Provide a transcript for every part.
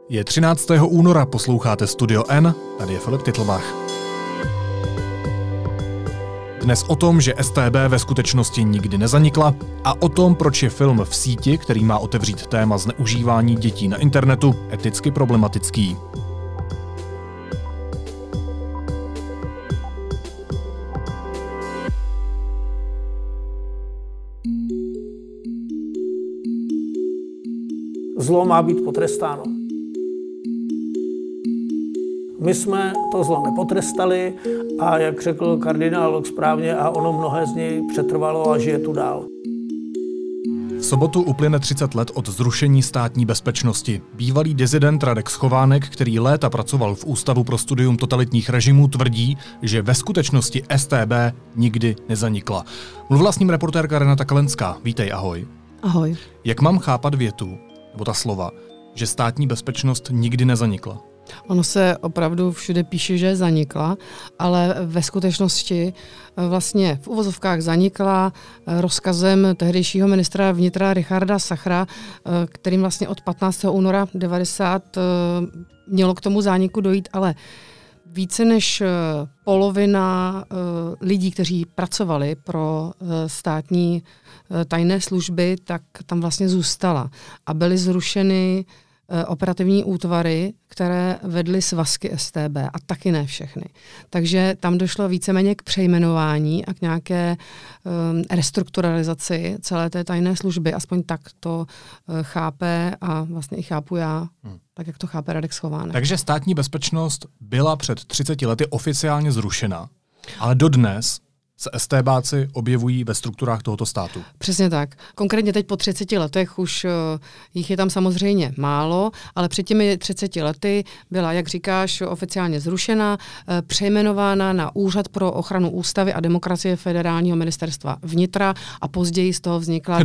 Je 13. února, posloucháte Studio N, tady je Filip Titlbach. Dnes o tom, že StB ve skutečnosti nikdy nezanikla a o tom, proč je film v síti, který má otevřít téma zneužívání dětí na internetu, eticky problematický. Zlo má být potrestáno. My jsme to zlo nepotrestali a jak řekl kardinál Lok správně, a ono mnohé z něj přetrvalo a žije tu dál. V sobotu uplyne 30 let od zrušení státní bezpečnosti. Bývalý disident Radek Schovánek, který léta pracoval v Ústavu pro studium totalitních režimů, tvrdí, že ve skutečnosti StB nikdy nezanikla. Mluvila s ním reportérka Renata Kalenská. Vítej, ahoj. Ahoj. Jak mám chápat větu, nebo ta slova, že státní bezpečnost nikdy nezanikla? Ono se opravdu všude píše, že zanikla, ale ve skutečnosti vlastně v uvozovkách zanikla rozkazem tehdejšího ministra vnitra Richarda Sachra, kterým vlastně od 15. února 90 mělo k tomu zániku dojít, ale více než polovina lidí, kteří pracovali pro státní tajné služby, tak tam vlastně zůstala a byly zrušeny operativní útvary, které vedly svazky StB a taky ne všechny. Takže tam došlo víceméně k přejmenování a k nějaké restrukturalizaci celé té tajné služby. Aspoň tak to chápe a vlastně i chápu já, tak jak to chápe Radek Schovánek. Takže státní bezpečnost byla před 30 lety oficiálně zrušena, ale dodnes se StBáci objevují ve strukturách tohoto státu. Přesně tak. Konkrétně teď po 30 letech už jich je tam samozřejmě málo, ale před těmi 30 lety byla, jak říkáš, oficiálně zrušena, přejmenována na Úřad pro ochranu ústavy a demokracie Federálního ministerstva vnitra a později z toho vznikla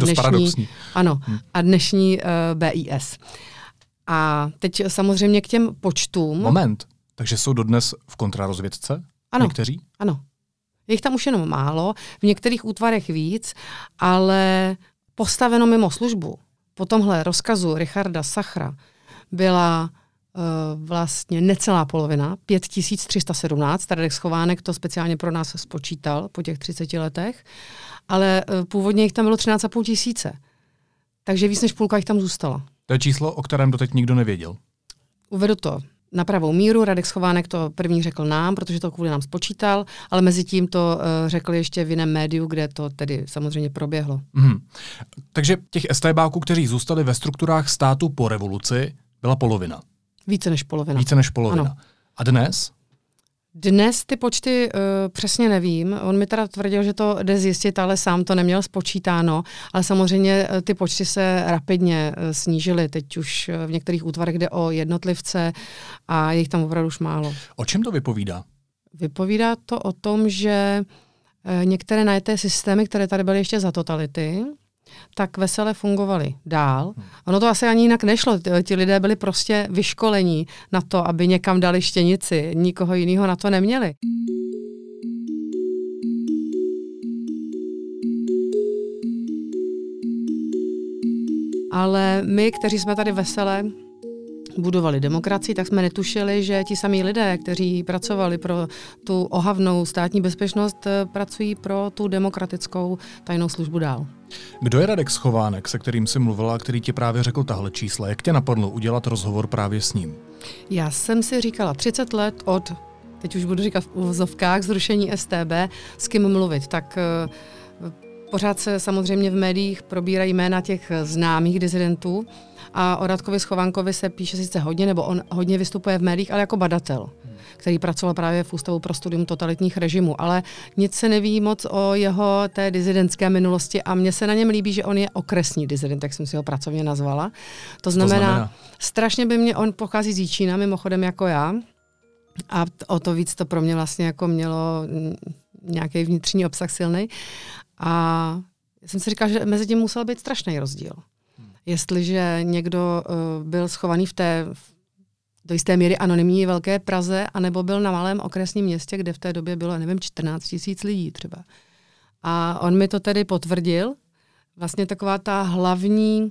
dnešní BIS. A teď samozřejmě k těm počtům. Moment, takže jsou dodnes v kontrarozvědce? Ano. Někteří? Ano. Je jich tam už jenom málo, v některých útvarech víc, ale postaveno mimo službu. Po tomhle rozkazu Richarda Sachra byla vlastně necelá polovina, 5317, Radek Schovánek to speciálně pro nás spočítal po těch 30 letech, ale původně jich tam bylo 13 500. Takže víc než půlka jich tam zůstala. To je číslo, o kterém doteď nikdo nevěděl. Uvedu to na pravou míru. Radek Schovánek to první řekl nám, protože to kvůli nám spočítal, ale mezi tím to řekl ještě v jiném médiu, kde to tedy samozřejmě proběhlo. Takže těch StBáků, kteří zůstali ve strukturách státu po revoluci, byla polovina. Více než polovina. Více než polovina. Ano. A dnes? Dnes ty počty přesně nevím. On mi teda tvrdil, že to jde zjistit, ale sám to neměl spočítáno. Ale samozřejmě ty počty se rapidně snížily. Teď už v některých útvarech jde o jednotlivce a je jich tam opravdu už málo. O čem to vypovídá? Vypovídá to o tom, že některé najeté systémy, které tady byly ještě za totality, tak vesele fungovaly dál. Ono to asi ani jinak nešlo. Ti lidé byli prostě vyškolení na to, aby někam dali štěnici. Nikoho jiného na to neměli. Ale my, kteří jsme tady vesele budovali demokracii, tak jsme netušili, že ti samí lidé, kteří pracovali pro tu ohavnou státní bezpečnost, pracují pro tu demokratickou tajnou službu dál. Kdo je Radek Schovánek, se kterým jsi mluvila, který ti právě řekl tahle čísla? Jak tě napadlo udělat rozhovor právě s ním? Já jsem si říkala 30 let od, teď už budu říkat v uvozovkách, zrušení StB, s kým mluvit. Tak pořád se samozřejmě v médiích probírají jména těch známých disidentů a o Radkovi Schovánkovi se píše sice hodně, nebo on hodně vystupuje v médiích, ale jako badatel, který pracoval právě v Ústavu pro studium totalitních režimů, ale nic se neví moc o jeho té disidentské minulosti a mně se na něm líbí, že on je okresní disident, jak jsem si ho pracovně nazvala. To znamená, strašně by mě, on pochází z Jičína, mimochodem jako já, a o to víc to pro mě vlastně jako mělo nějaký vnitřní obsah silný. A já jsem si říkala, že mezi tím musel být strašný rozdíl. Jestliže někdo byl schovaný do jisté míry anonymní velké Praze, anebo byl na malém okresním městě, kde v té době bylo, 14 000 lidí třeba. A on mi to tedy potvrdil. Vlastně taková ta hlavní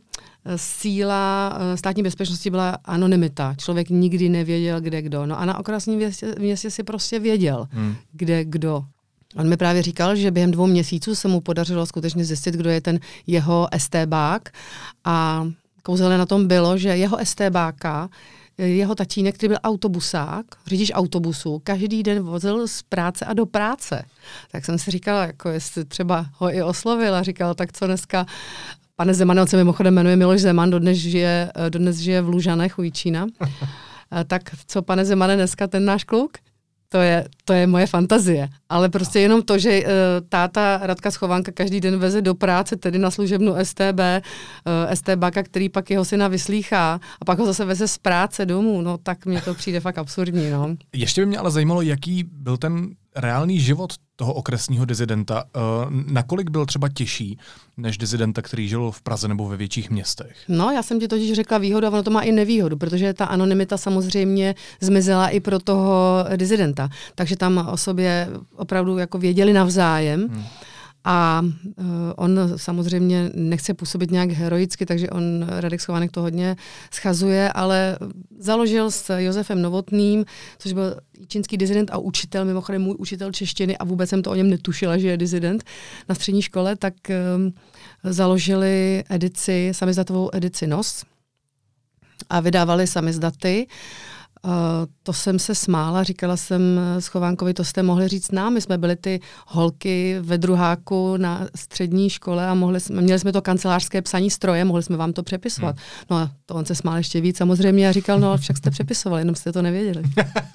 síla státní bezpečnosti byla anonymita. Člověk nikdy nevěděl, kde kdo. No a na okresním městě si prostě věděl, kde kdo. On mi právě říkal, že během 2 měsíců se mu podařilo skutečně zjistit, kdo je ten jeho STBák. A kouzelné na tom bylo, že jeho STBáka, jeho tatínek, který byl autobusák, řidič autobusu, každý den vozil z práce a do práce. Tak jsem si říkala, jako jestli třeba ho i oslovil a říkal, tak co dneska, pane Zemane, on se mimochodem jmenuje Miloš Zeman, dodnes žije v Lužanech u Jičína. Tak co, pane Zemane, dneska ten náš kluk? To je moje fantazie. Ale prostě jenom to, že táta Radka Schovánka každý den veze do práce, tedy na služebnu STBáka, který pak jeho syna vyslýchá a pak ho zase veze z práce domů, no tak mně to přijde fakt absurdní. No. Ještě by mě ale zajímalo, jaký byl ten reálný život toho okresního dizidenta. Nakolik byl třeba těžší než dizidenta, který žil v Praze nebo ve větších městech? No, já jsem ti totiž řekla výhodu a ono to má i nevýhodu, protože ta anonymita samozřejmě zmizela i pro toho dizidenta. Takže tam o sobě opravdu jako věděli navzájem. A on samozřejmě nechce působit nějak heroicky, takže Radek Schovánek to hodně schazuje, ale založil s Josefem Novotným, což byl čínský dizident a učitel, mimochodem můj učitel češtiny a vůbec jsem to o něm netušila, že je dizident na střední škole, tak založili samizdatovou edici NOS a vydávali samizdaty. To jsem se smála, říkala jsem Schovánkovi, to jste mohli říct nám, my jsme byli ty holky ve druháku na střední škole a měli jsme to kancelářské psaní stroje, mohli jsme vám to přepisovat. No a to on se smál ještě víc samozřejmě a říkal, no však jste přepisovali, jenom jste to nevěděli.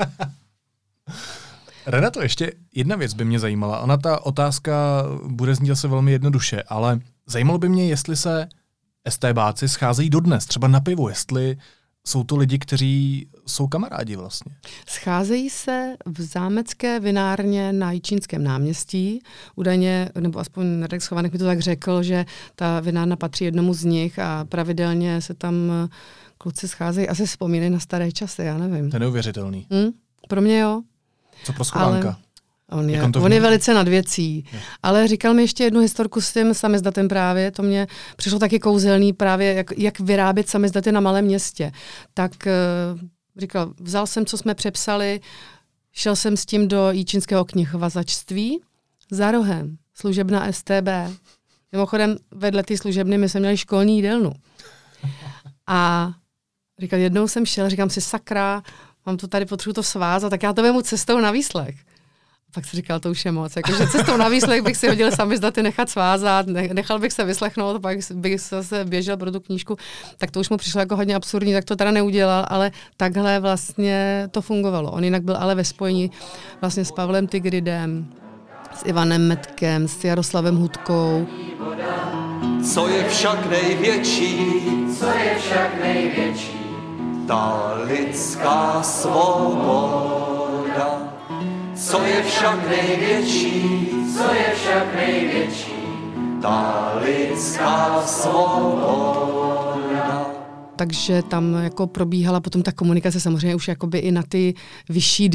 Renato, ještě jedna věc by mě zajímala. Ona ta otázka bude znít zase velmi jednoduše, ale zajímalo by mě, jestli se STBáci scházejí dodnes, třeba na pivo, jestli jsou to lidi, kteří jsou kamarádi vlastně. Scházejí se v zámecké vinárně na Jičínském náměstí. Údajně, nebo aspoň Radek Schovánek mi to tak řekl, že ta vinárna patří jednomu z nich a pravidelně se tam kluci scházejí. Asi vzpomínají na staré časy, já nevím. To je neuvěřitelný. Pro mě jo. Co pro Schovánka? On je velice nad věcí. Ale říkal mi ještě jednu historku s tím samizdatem právě, to mě přišlo taky kouzelný právě, jak vyrábět samizdaty na malém městě. Tak říkal, vzal jsem, co jsme přepsali, šel jsem s tím do jičínského knihovazačství, za rohem služebna STB. Mimochodem vedle té služebny my jsme měli školní jídelnu. A říkal, jednou jsem šel, říkám si, sakra, mám to tady, potřebuji to svázat, tak já to vemu cestou na výslech. Pak si říkal, to už je moc. Jakože cestou na výslech bych si hodil samizdaty nechat svázat, nechal bych se vyslechnout, pak bych zase běžel pro tu knížku, tak to už mu přišlo jako hodně absurdní, tak to teda neudělal, ale takhle vlastně to fungovalo. On jinak byl ale ve spojení vlastně s Pavlem Tigridem, s Ivanem Metkem, s Jaroslavem Hudkou. Co je však největší? Co je však největší? Ta lidská svoboda. Co je však největší? Co je však největší? Ta lidská svoboda. Takže tam jako probíhala potom ta komunikace samozřejmě už jakoby i na ty vyšší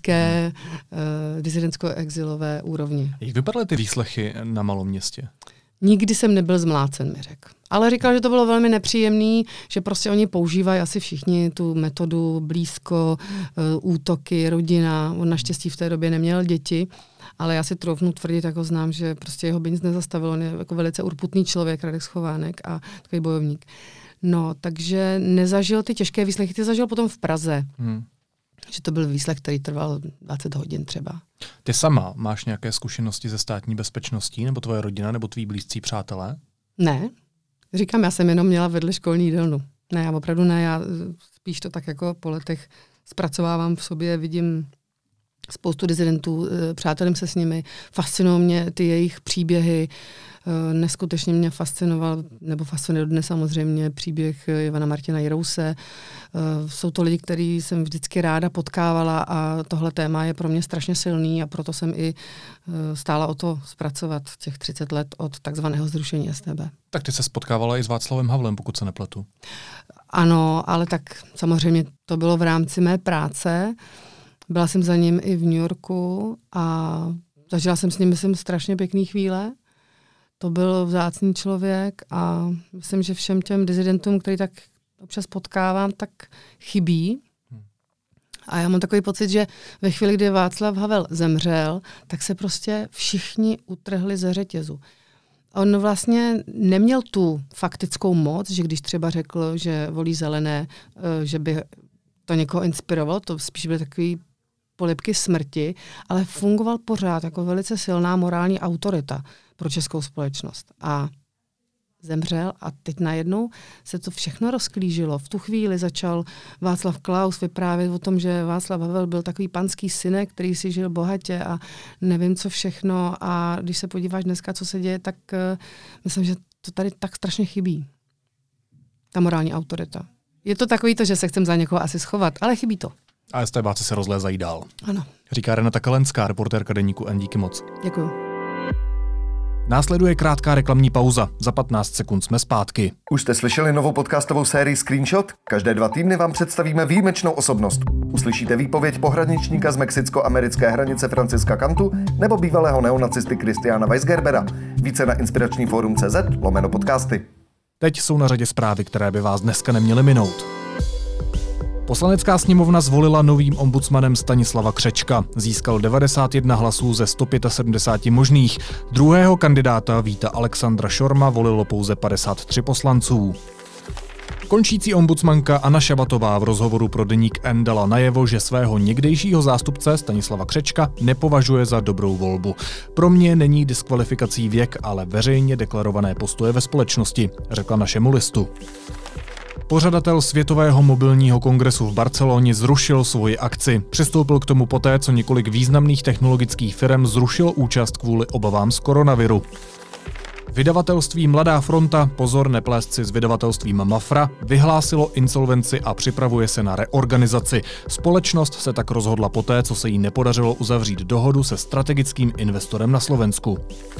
dizidentsko-exilové úrovni. Jak vypadaly ty výslechy na malom městě? Nikdy jsem nebyl zmlácen, mi řekl. Ale říkal, že to bylo velmi nepříjemný, že prostě oni používají asi všichni tu metodu blízko, útoky, rodina. On naštěstí v té době neměl děti, ale já si troufnu tvrdit, jako znám, že prostě jeho by nic nezastavilo. On je jako velice urputný člověk, Radek Schovánek a takový bojovník. No, takže nezažil ty těžké výslechy, ty zažil potom v Praze. Že to byl výslech, který trval 20 hodin třeba. Ty sama máš nějaké zkušenosti ze státní bezpečností, nebo tvoje rodina, nebo tví blízcí přátelé? Ne. Říkám, já jsem jenom měla vedle školní jídelnu. Ne, já opravdu ne, já spíš to tak jako po letech zpracovávám v sobě, vidím spoustu dizidentů, přátelím se s nimi, fascinují mě ty jejich příběhy, neskutečně mě fascinoval, nebo fascinuje dnes samozřejmě příběh Ivana Martina Jirouse. Jsou to lidi, který jsem vždycky ráda potkávala a tohle téma je pro mě strašně silný a proto jsem i stála o to zpracovat těch 30 let od takzvaného zrušení STB. Tak ty se spotkávala i s Václavem Havlem, pokud se nepletu. Ano, ale tak samozřejmě to bylo v rámci mé práce. Byla jsem za ním i v New Yorku a zažila jsem s ním, myslím, strašně pěkný chvíle. To byl vzácný člověk a myslím, že všem těm disidentům, který tak občas potkávám, tak chybí. A já mám takový pocit, že ve chvíli, kdy Václav Havel zemřel, tak se prostě všichni utrhli ze řetězu. On vlastně neměl tu faktickou moc, že když třeba řekl, že volí zelené, že by to někoho inspirovalo, to spíš byly takový polibky smrti, ale fungoval pořád jako velice silná morální autorita pro českou společnost. A zemřel a teď najednou se to všechno rozklížilo. V tu chvíli začal Václav Klaus vyprávět o tom, že Václav Havel byl takový panský synek, který si žil bohatě a nevím co všechno. A když se podíváš dneska, co se děje, tak myslím, že to tady tak strašně chybí. Ta morální autorita. Je to takový to, že se chcem za někoho asi schovat, ale chybí to. A STBáci se rozlézají dál. Ano. Říká Renata Kalenská, reportérka deníku N. Díky moc. Děkuju. Následuje krátká reklamní pauza. Za 15 sekund jsme zpátky. Už jste slyšeli novou podcastovou sérii Screenshot? Každé 2 týdny vám představíme výjimečnou osobnost. Uslyšíte výpověď pohraničníka z mexicko-americké hranice Franciska Cantu nebo bývalého neonacisty Christiana Weisgerbera. Více na inspiračníforum.cz/podcasty. Teď jsou na řadě zprávy, které by vás dneska neměly minout. Poslanecká sněmovna zvolila novým ombudsmanem Stanislava Křečka. Získal 91 hlasů ze 175 možných. Druhého kandidáta Víta Alexandra Šorma volilo pouze 53 poslanců. Končící ombudsmanka Anna Šabatová v rozhovoru pro deník N dala najevo, že svého někdejšího zástupce Stanislava Křečka nepovažuje za dobrou volbu. Pro mě není diskvalifikací věk, ale veřejně deklarované postoje ve společnosti, řekla našemu listu. Pořadatel Světového mobilního kongresu v Barceloně zrušil svoji akci. Přistoupil k tomu poté, co několik významných technologických firm zrušilo účast kvůli obavám z koronaviru. Vydavatelství Mladá fronta, pozor neplést si s vydavatelstvím Mafra, vyhlásilo insolvenci a připravuje se na reorganizaci. Společnost se tak rozhodla poté, co se jí nepodařilo uzavřít dohodu se strategickým investorem na Slovensku.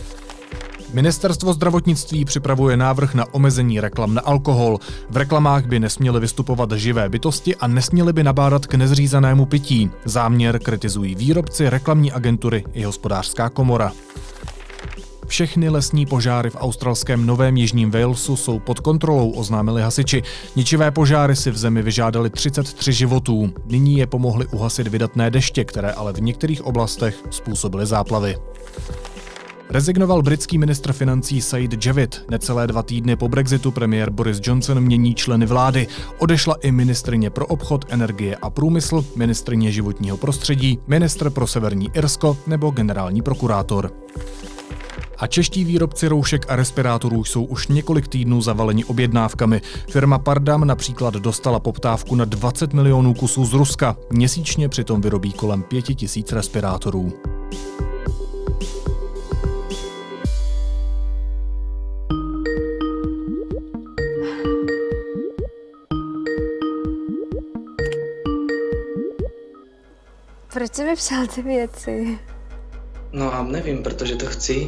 Ministerstvo zdravotnictví připravuje návrh na omezení reklam na alkohol. V reklamách by nesměly vystupovat živé bytosti a nesměly by nabádat k nezřízenému pití. Záměr kritizují výrobci, reklamní agentury i Hospodářská komora. Všechny lesní požáry v australském Novém Jižním Walesu jsou pod kontrolou, oznámili hasiči. Ničivé požáry si v zemi vyžádaly 33 životů. Nyní je pomohly uhasit vydatné deště, které ale v některých oblastech způsobily záplavy. Rezignoval britský ministr financí Sajid Javid. Necelé 2 týdny po Brexitu premiér Boris Johnson mění členy vlády. Odešla i ministryně pro obchod, energie a průmysl, ministryně životního prostředí, ministr pro Severní Irsko nebo generální prokurátor. A čeští výrobci roušek a respirátorů jsou už několik týdnů zavaleni objednávkami. Firma Pardam například dostala poptávku na 20 milionů kusů z Ruska. Měsíčně přitom vyrobí kolem 5000 respirátorů. Proč jsi mi psal ty věci? No a nevím, protože to chci.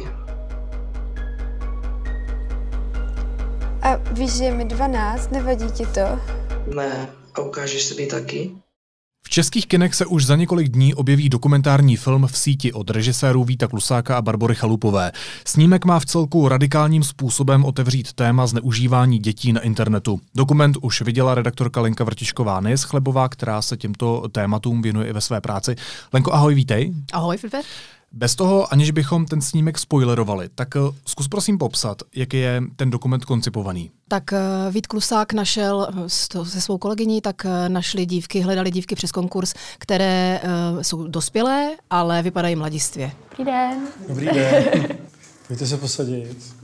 A víš, že je mi 12, nevadí ti to? Ne, a ukážeš se mi taky? V českých kinech se už za několik dní objeví dokumentární film V síti od režisérů Víta Klusáka a Barbory Chalupové. Snímek má vcelku radikálním způsobem otevřít téma zneužívání dětí na internetu. Dokument už viděla redaktorka Lenka Vrtišková Nejeschlebová, která se těmto tématům věnuje i ve své práci. Lenko, ahoj, vítej. Ahoj, Filipe. Bez toho, aniž bychom ten snímek spoilerovali, tak zkus prosím popsat, jak je ten dokument koncipovaný. Tak Vít Klusák našel se svou kolegyní, tak našli dívky, hledali dívky přes konkurs, které jsou dospělé, ale vypadají mladistvě. Dobrý den. Dobrý den. Pojďte se posadit.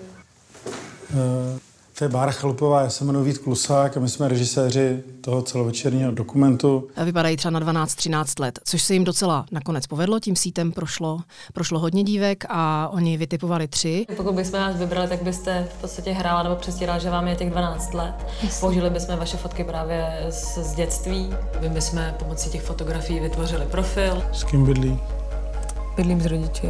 To je Bára Chalupová, já se jmenuji Vít Klusák a my jsme režiséři toho celovečerního dokumentu. Vypadají třeba na 12-13 let, což se jim docela nakonec povedlo, tím sítem prošlo hodně dívek a oni vytipovali 3. Pokud bychom nás vybrali, tak byste v podstatě hrála nebo přestírala, že vám je těch 12 let. Použili bychom vaše fotky právě z dětství. My bychom pomocí těch fotografií vytvořili profil. S kým bydlí? Bydlím s rodiči.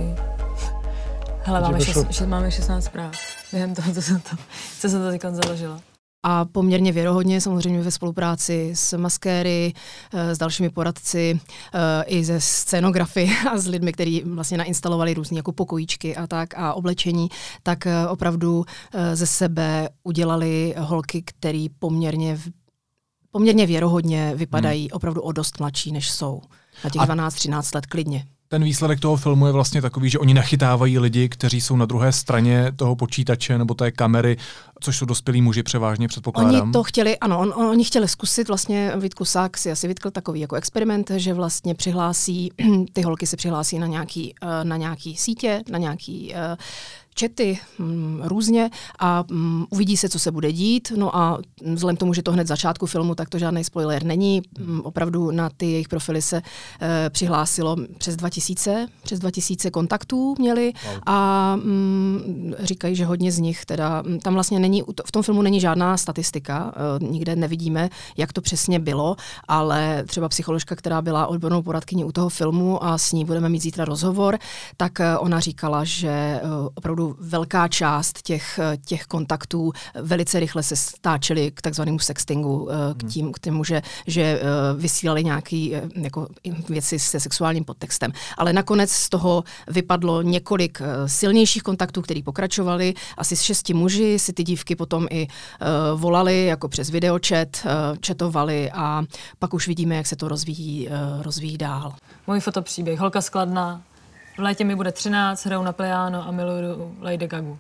Hele, máme 16 zpráv. Během toho, co jsem to teď založila. a poměrně věrohodně, samozřejmě ve spolupráci s maskéry, s dalšími poradci, i ze scénografy a s lidmi, kteří vlastně nainstalovali různé jako pokojíčky a tak a oblečení, tak opravdu ze sebe udělali holky, který poměrně věrohodně vypadají opravdu o dost mladší, než jsou. Na těch 12-13 let klidně. Ten výsledek toho filmu je vlastně takový, že oni nachytávají lidi, kteří jsou na druhé straně toho počítače nebo té kamery, což jsou dospělí muži převážně, předpokládám. Oni to chtěli, ano, oni chtěli zkusit, vlastně Vít Klusák si asi vytkl takový jako experiment, že vlastně ty holky se přihlásí na nějaký sítě, na nějaký chaty různě a uvidí se, co se bude dít. No a vzhledem k tomu, že to hned v začátku filmu, tak to žádný spoiler není. Opravdu na ty jejich profily se přihlásilo přes 2000 kontaktů měli a říkají, že hodně z nich teda, tam vlastně není, v tom filmu není žádná statistika, nikde nevidíme, jak to přesně bylo, ale třeba psycholožka, která byla odbornou poradkyní u toho filmu a s ní budeme mít zítra rozhovor, tak ona říkala, že opravdu velká část těch kontaktů velice rychle se stáčely k takzvanému sextingu, k tomu, že vysílali nějaké jako věci se sexuálním podtextem. Ale nakonec z toho vypadlo několik silnějších kontaktů, který pokračovali. Asi s 6 muži si ty dívky potom i volali jako přes videočet, chatovali a pak už vidíme, jak se to rozvíjí dál. Můj fotopříběh, holka z Kladna. V létě mi bude 13, hraju na piano a miluju Lady Gagu.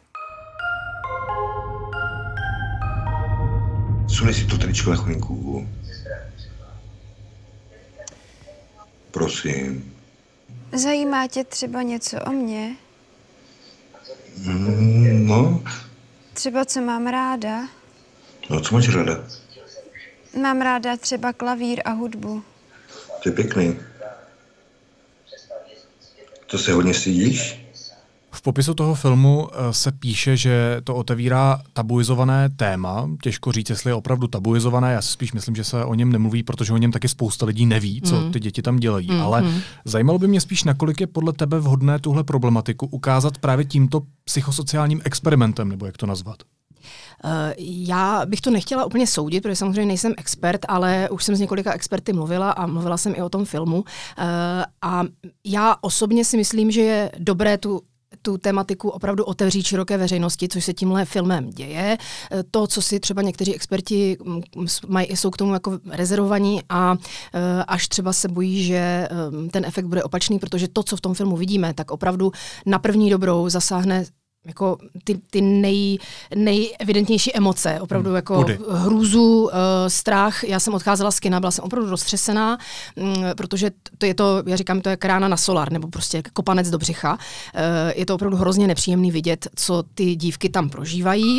Sunej si to tričko na chvilinku. Prosím. Zajímá tě třeba něco o mně? No. Třeba co mám ráda? No, co máš ráda? Mám ráda třeba klavír a hudbu. To je pěkný. To se hodně stydíš? V popisu toho filmu se píše, že to otevírá tabuizované téma. Těžko říct, jestli je opravdu tabuizované. Já si spíš myslím, že se o něm nemluví, protože o něm taky spousta lidí neví, co ty děti tam dělají. Ale zajímalo by mě spíš, nakolik je podle tebe vhodné tuhle problematiku ukázat právě tímto psychosociálním experimentem, nebo jak to nazvat? Já bych to nechtěla úplně soudit, protože samozřejmě nejsem expert, ale už jsem s několika experty mluvila a mluvila jsem i o tom filmu. A já osobně si myslím, že je dobré tu tematiku opravdu otevřít široké veřejnosti, což se tímhle filmem děje. To, co si třeba někteří experti jsou k tomu jako rezervovaní a až třeba se bojí, že ten efekt bude opačný, protože to, co v tom filmu vidíme, tak opravdu na první dobrou zasáhne jako ty nejevidentnější emoce, opravdu jako hrůzu, strach. Já jsem odcházela z kina, byla jsem opravdu roztřesená, protože já říkám, to je rána na solar, nebo prostě kopanec do břicha. Je to opravdu hrozně nepříjemný vidět, co ty dívky tam prožívají.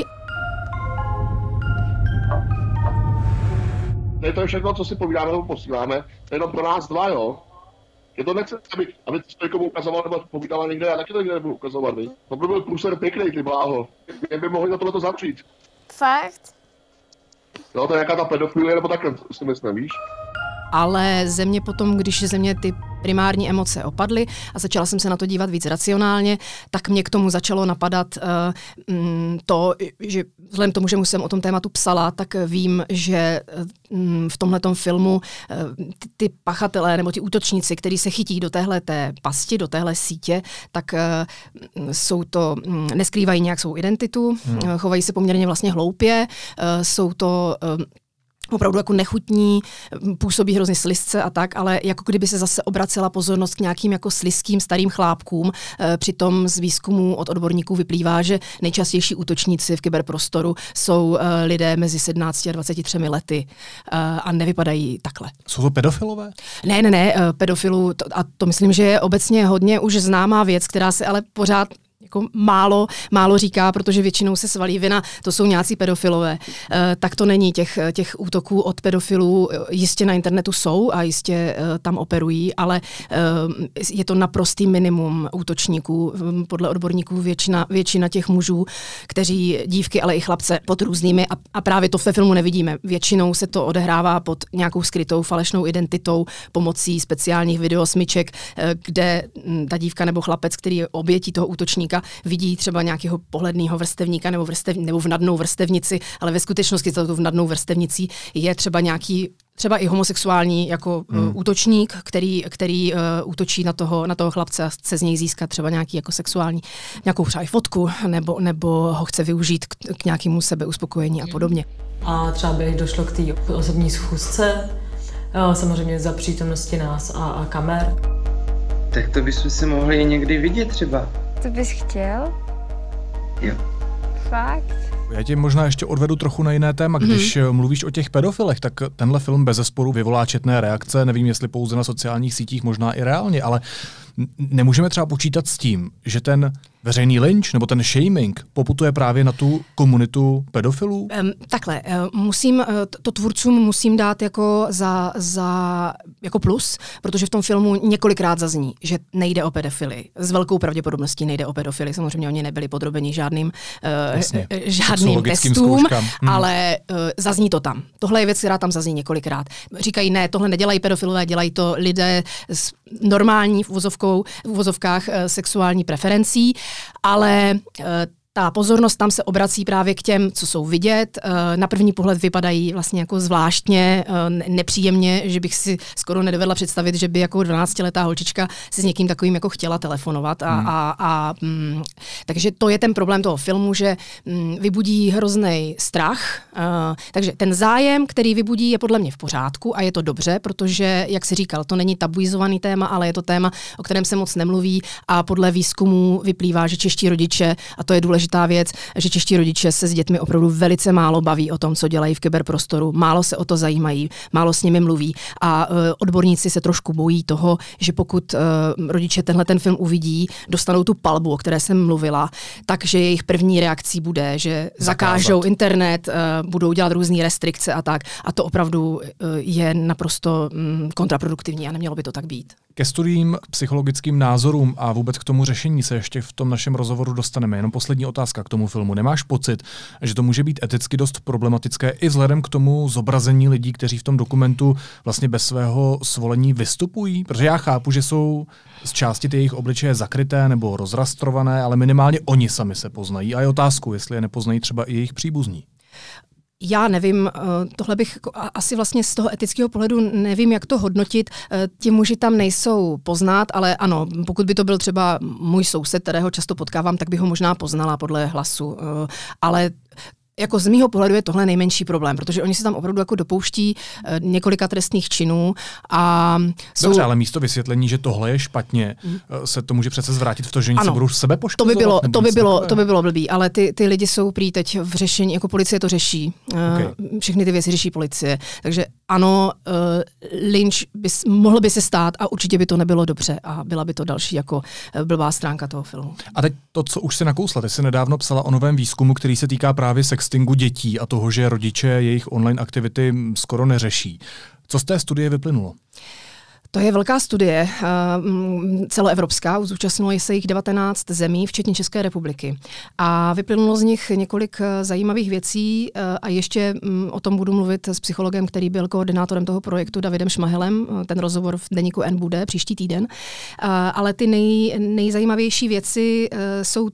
To je všechno, co si povídáme nebo posíláme, to je jenom pro nás dva, jo? Je to nechce, aby to někomu ukazoval nebo povídala někde, já taky to někde nebudu ukazovat, víš? To by byl průser pěkný, ty bláho. Mě by mohli na tohleto zavřít. Fakt? Jo, to je nějaká ta pedofilie, nebo takhle si myslím, víš? Ale ze mě potom, když ze mě ty primární emoce opadly a začala jsem se na to dívat víc racionálně, tak mě k tomu začalo napadat to, že vzhledem tomu, že jsem o tom tématu psala, tak vím, že v tomhletom filmu ty pachatelé nebo ti útočníci, kteří se chytí do téhleté pasti, do téhle sítě, tak neskrývají nějak svou identitu, chovají se poměrně vlastně hloupě, jsou to opravdu jako nechutní, působí hrozně slizce a tak, ale jako kdyby se zase obracela pozornost k nějakým jako slizkým starým chlápkům. Přitom z výzkumů od odborníků vyplývá, že nejčastější útočníci v kyberprostoru jsou lidé mezi 17 a 23 lety a nevypadají takhle. Jsou to pedofilové? Ne, pedofilů, a to myslím, že je obecně hodně už známá věc, která se ale pořád jako málo říká, protože většinou se svalí vina, to jsou nějací pedofilové. Tak to není. Těch útoků od pedofilů jistě na internetu jsou a jistě tam operují, ale je to naprostý minimum útočníků. Podle odborníků většina těch mužů, kteří dívky, ale i chlapce pod různými, a právě to ve filmu nevidíme. Většinou se to odehrává pod nějakou skrytou falešnou identitou pomocí speciálních videosmyček, kde ta dívka nebo chlapec, který je obětí toho útočníka, holčička vidí třeba nějakého pohledného vrstevníka nebo vnadnou vrstevnici, ale ve skutečnosti to vnadnou vrstevnicí je třeba nějaký třeba i homosexuální jako útočník, který útočí na toho chlapce a chce z něj získat třeba nějaký jako sexuální, nějakou třeba i fotku, nebo ho chce využít k nějakému sebeuspokojení a podobně. A třeba by došlo k té osobní schůzce, samozřejmě za přítomnosti nás a kamer. Tak to bychom si mohli někdy vidět třeba. To bys chtěl? Jo. Fakt? Já tě možná ještě odvedu trochu na jiné téma. Když mluvíš o těch pedofilech, tak tenhle film bezesporu vyvolá četné reakce, nevím, jestli pouze na sociálních sítích, možná i reálně, ale nemůžeme třeba počítat s tím, že ten veřejný lynč nebo ten shaming poputuje právě na tu komunitu pedofilů? Takhle, to tvůrcům musím dát jako jako plus, protože v tom filmu několikrát zazní, že nejde o pedofily. S velkou pravděpodobností nejde o pedofily. Samozřejmě oni nebyli podrobeni žádným testům, ale zazní to tam. Tohle je věc, která tam zazní několikrát. Říkají, ne, tohle nedělají pedofilové, dělají to lidé s normální v uvozovkách sexuální preferencí, ale ta pozornost tam se obrací právě k těm, co jsou vidět. Na první pohled vypadají vlastně jako zvláštně, nepříjemně, že bych si skoro nedovedla představit, že by jako 12letá holčička si s někým takovým jako chtěla telefonovat. Takže to je ten problém toho filmu, že vybudí hrozný strach. Takže ten zájem, který vybudí, je podle mě v pořádku a je to dobře, protože, jak jsi říkal, to není tabuizovaný téma, ale je to téma, o kterém se moc nemluví a podle výzkumů vyplývá, že čeští rodiče, a to je důležitá věc, že čeští rodiče se s dětmi opravdu velice málo baví o tom, co dělají v kyberprostoru, málo se o to zajímají, málo s nimi mluví a odborníci se trošku bojí toho, že pokud rodiče ten film uvidí, dostanou tu palbu, o které jsem mluvila, takže jejich první reakcí bude, že zakážou internet, budou dělat různé restrikce a tak. A to opravdu je naprosto kontraproduktivní a nemělo by to tak být. Ke studiím, psychologickým názorům a vůbec k tomu řešení se ještě v tom našem rozhovoru dostaneme. Jenom poslední otázka k tomu filmu. Nemáš pocit, že to může být eticky dost problematické i vzhledem k tomu zobrazení lidí, kteří v tom dokumentu vlastně bez svého svolení vystupují? Protože já chápu, že jsou z části ty jejich obličeje zakryté nebo rozrastrované, ale minimálně oni sami se poznají. A je otázku, jestli je nepoznají třeba i jejich příbuzní. Já nevím, tohle bych asi vlastně z toho etického pohledu nevím, jak to hodnotit. Ti muži tam nejsou poznat, ale ano, pokud by to byl třeba můj soused, kterého často potkávám, tak bych ho možná poznala podle hlasu. Ale jako z mýho pohledu je tohle nejmenší problém, protože oni se tam opravdu jako dopouští několika trestných činů a Dobře, ale místo vysvětlení, že tohle je špatně, se to může přece zvrátit v to, že oni se budou sebe poškozovat. To by bylo blbý, ale ty lidi jsou prý teď v řešení, jako policie to řeší. Všechny ty věci řeší policie. Takže ano, lynč mohl by se stát a určitě by to nebylo dobře a byla by to další jako blbá stránka toho filmu. A teď to, co už se nakousla, ty jsi nedávno psala o novém výzkumu, který se týká právě sextingu dětí a toho, že rodiče jejich online aktivity skoro neřeší. Co z té studie vyplynulo? To je velká studie, celoevropská, zúčastnilo se jich 19 zemí, včetně České republiky. A vyplynulo z nich několik zajímavých věcí a ještě o tom budu mluvit s psychologem, který byl koordinátorem toho projektu, Davidem Šmahelem. Ten rozhovor v deníku N bude příští týden. Ale ty nejzajímavější věci jsou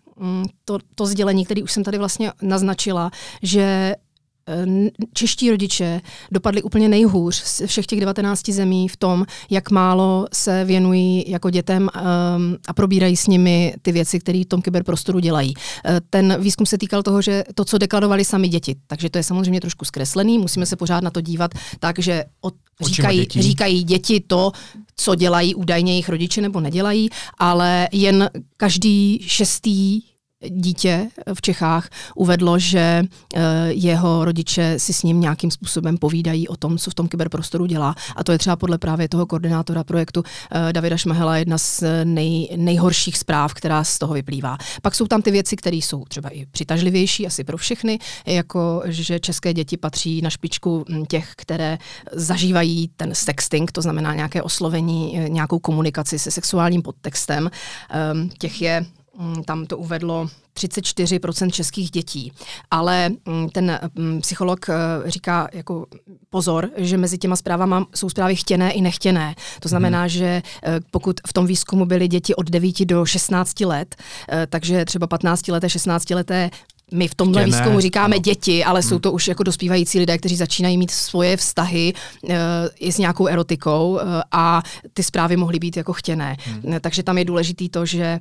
to sdělení, které už jsem tady vlastně naznačila, že čeští rodiče dopadli úplně nejhůř z všech těch 19 zemí v tom, jak málo se věnují jako dětem a probírají s nimi ty věci, které v tom kyberprostoru dělají. Ten výzkum se týkal toho, že to, co dekladovali sami děti, takže to je samozřejmě trošku zkreslený, musíme se pořád na to dívat tak, že říkají děti to, co dělají údajně jejich rodiče nebo nedělají, ale jen každý 6. dítě v Čechách uvedlo, že jeho rodiče si s ním nějakým způsobem povídají o tom, co v tom kyberprostoru dělá. A to je třeba podle právě toho koordinátora projektu Davida Šmahela jedna z nejhorších zpráv, která z toho vyplývá. Pak jsou tam ty věci, které jsou třeba i přitažlivější asi pro všechny, jako že české děti patří na špičku těch, které zažívají ten sexting, to znamená nějaké oslovení, nějakou komunikaci se sexuálním podtextem. Těch je tam to uvedlo 34% českých dětí. Ale ten psycholog říká jako pozor, že mezi těma zprávama jsou zprávy chtěné i nechtěné. To znamená, že pokud v tom výzkumu byly děti od 9 do 16 let, takže třeba 15leté, 16leté my v tomhle výzkumu říkáme děti, ale jsou to už jako dospívající lidé, kteří začínají mít svoje vztahy i s nějakou erotikou a ty zprávy mohly být jako chtěné. Takže tam je důležitý to, že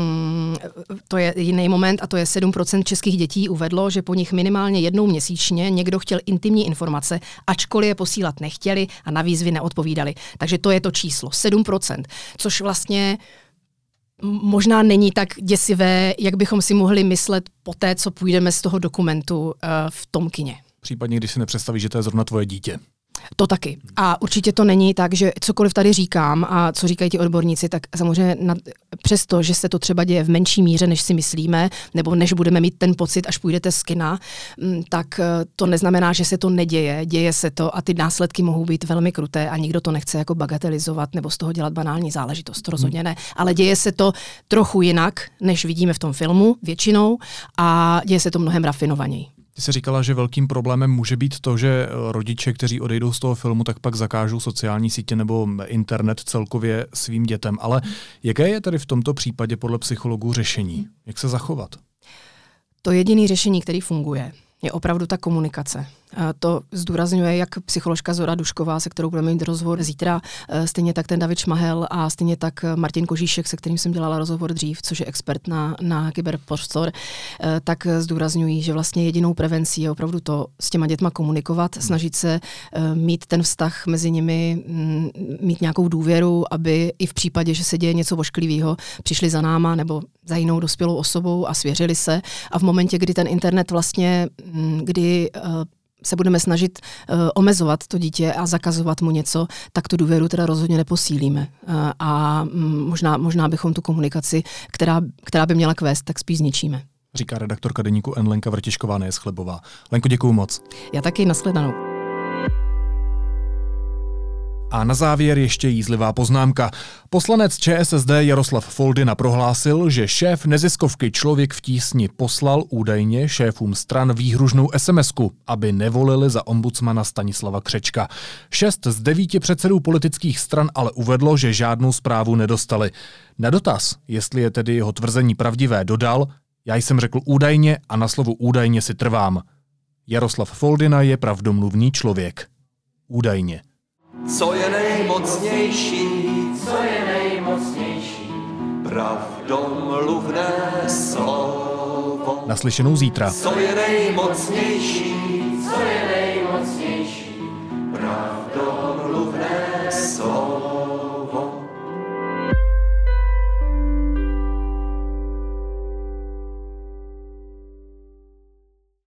to je jiný moment a to je 7% českých dětí uvedlo, že po nich minimálně jednou měsíčně někdo chtěl intimní informace, ačkoliv je posílat nechtěli a na výzvy neodpovídali. Takže to je to číslo, 7%, což vlastně možná není tak děsivé, jak bychom si mohli myslet po té, co půjdeme z toho dokumentu v tom kině. Případně, když si nepředstavíš, že to je zrovna tvoje dítě. To taky. A určitě to není tak, že cokoliv tady říkám a co říkají ti odborníci, tak samozřejmě přesto, že se to třeba děje v menší míře, než si myslíme, nebo než budeme mít ten pocit, až půjdete z kina, tak to neznamená, že se to neděje. Děje se to a ty následky mohou být velmi kruté a nikdo to nechce jako bagatelizovat nebo z toho dělat banální záležitost. Rozhodně ne. Ale děje se to trochu jinak, než vidíme v tom filmu většinou a děje se to mnohem rafinovaněji. Ty jsi říkala, že velkým problémem může být to, že rodiče, kteří odejdou z toho filmu, tak pak zakážou sociální sítě nebo internet celkově svým dětem. Ale jaké je tedy v tomto případě podle psychologů řešení? Jak se zachovat? To jediné řešení, které funguje, je opravdu ta komunikace. To zdůrazňuje jak psycholožka Zora Dušková, se kterou budeme mít rozhovor zítra, stejně tak ten David Šmahel a stejně tak Martin Kožíšek, se kterým jsem dělala rozhovor dřív, což je expert na kyberprostor, tak zdůrazňují, že vlastně jedinou prevencí je opravdu to s těma dětma komunikovat, snažit se mít ten vztah mezi nimi, mít nějakou důvěru, aby i v případě, že se děje něco ošklivého, přišli za náma nebo za jinou dospělou osobou a svěřili se. A v momentě, kdy ten internet vlastně, kdy se budeme snažit omezovat to dítě a zakazovat mu něco, tak tu důvěru teda rozhodně neposílíme. A možná bychom tu komunikaci, která by měla kvést, tak spíš zničíme. Říká redaktorka deníku N. Lenka Vrtišková, Nejeschlebová. Lenko, děkuju moc. Já taky, nashledanou. A na závěr ještě jízlivá poznámka. Poslanec ČSSD Jaroslav Foldyna prohlásil, že šéf neziskovky Člověk v tísni poslal údajně šéfům stran výhružnou SMS-ku, aby nevolili za ombudsmana Stanislava Křečka. 6 z 9 předsedů politických stran ale uvedlo, že žádnou zprávu nedostali. Na dotaz, jestli je tedy jeho tvrzení pravdivé, dodal: já jsem řekl údajně a na slovu údajně si trvám. Jaroslav Foldyna je pravdomluvný člověk. Údajně. Co je nejmocnější? Co je nejmocnější? Pravdomluvné slovo. Naslyšenou zítra. Co je nejmocnější?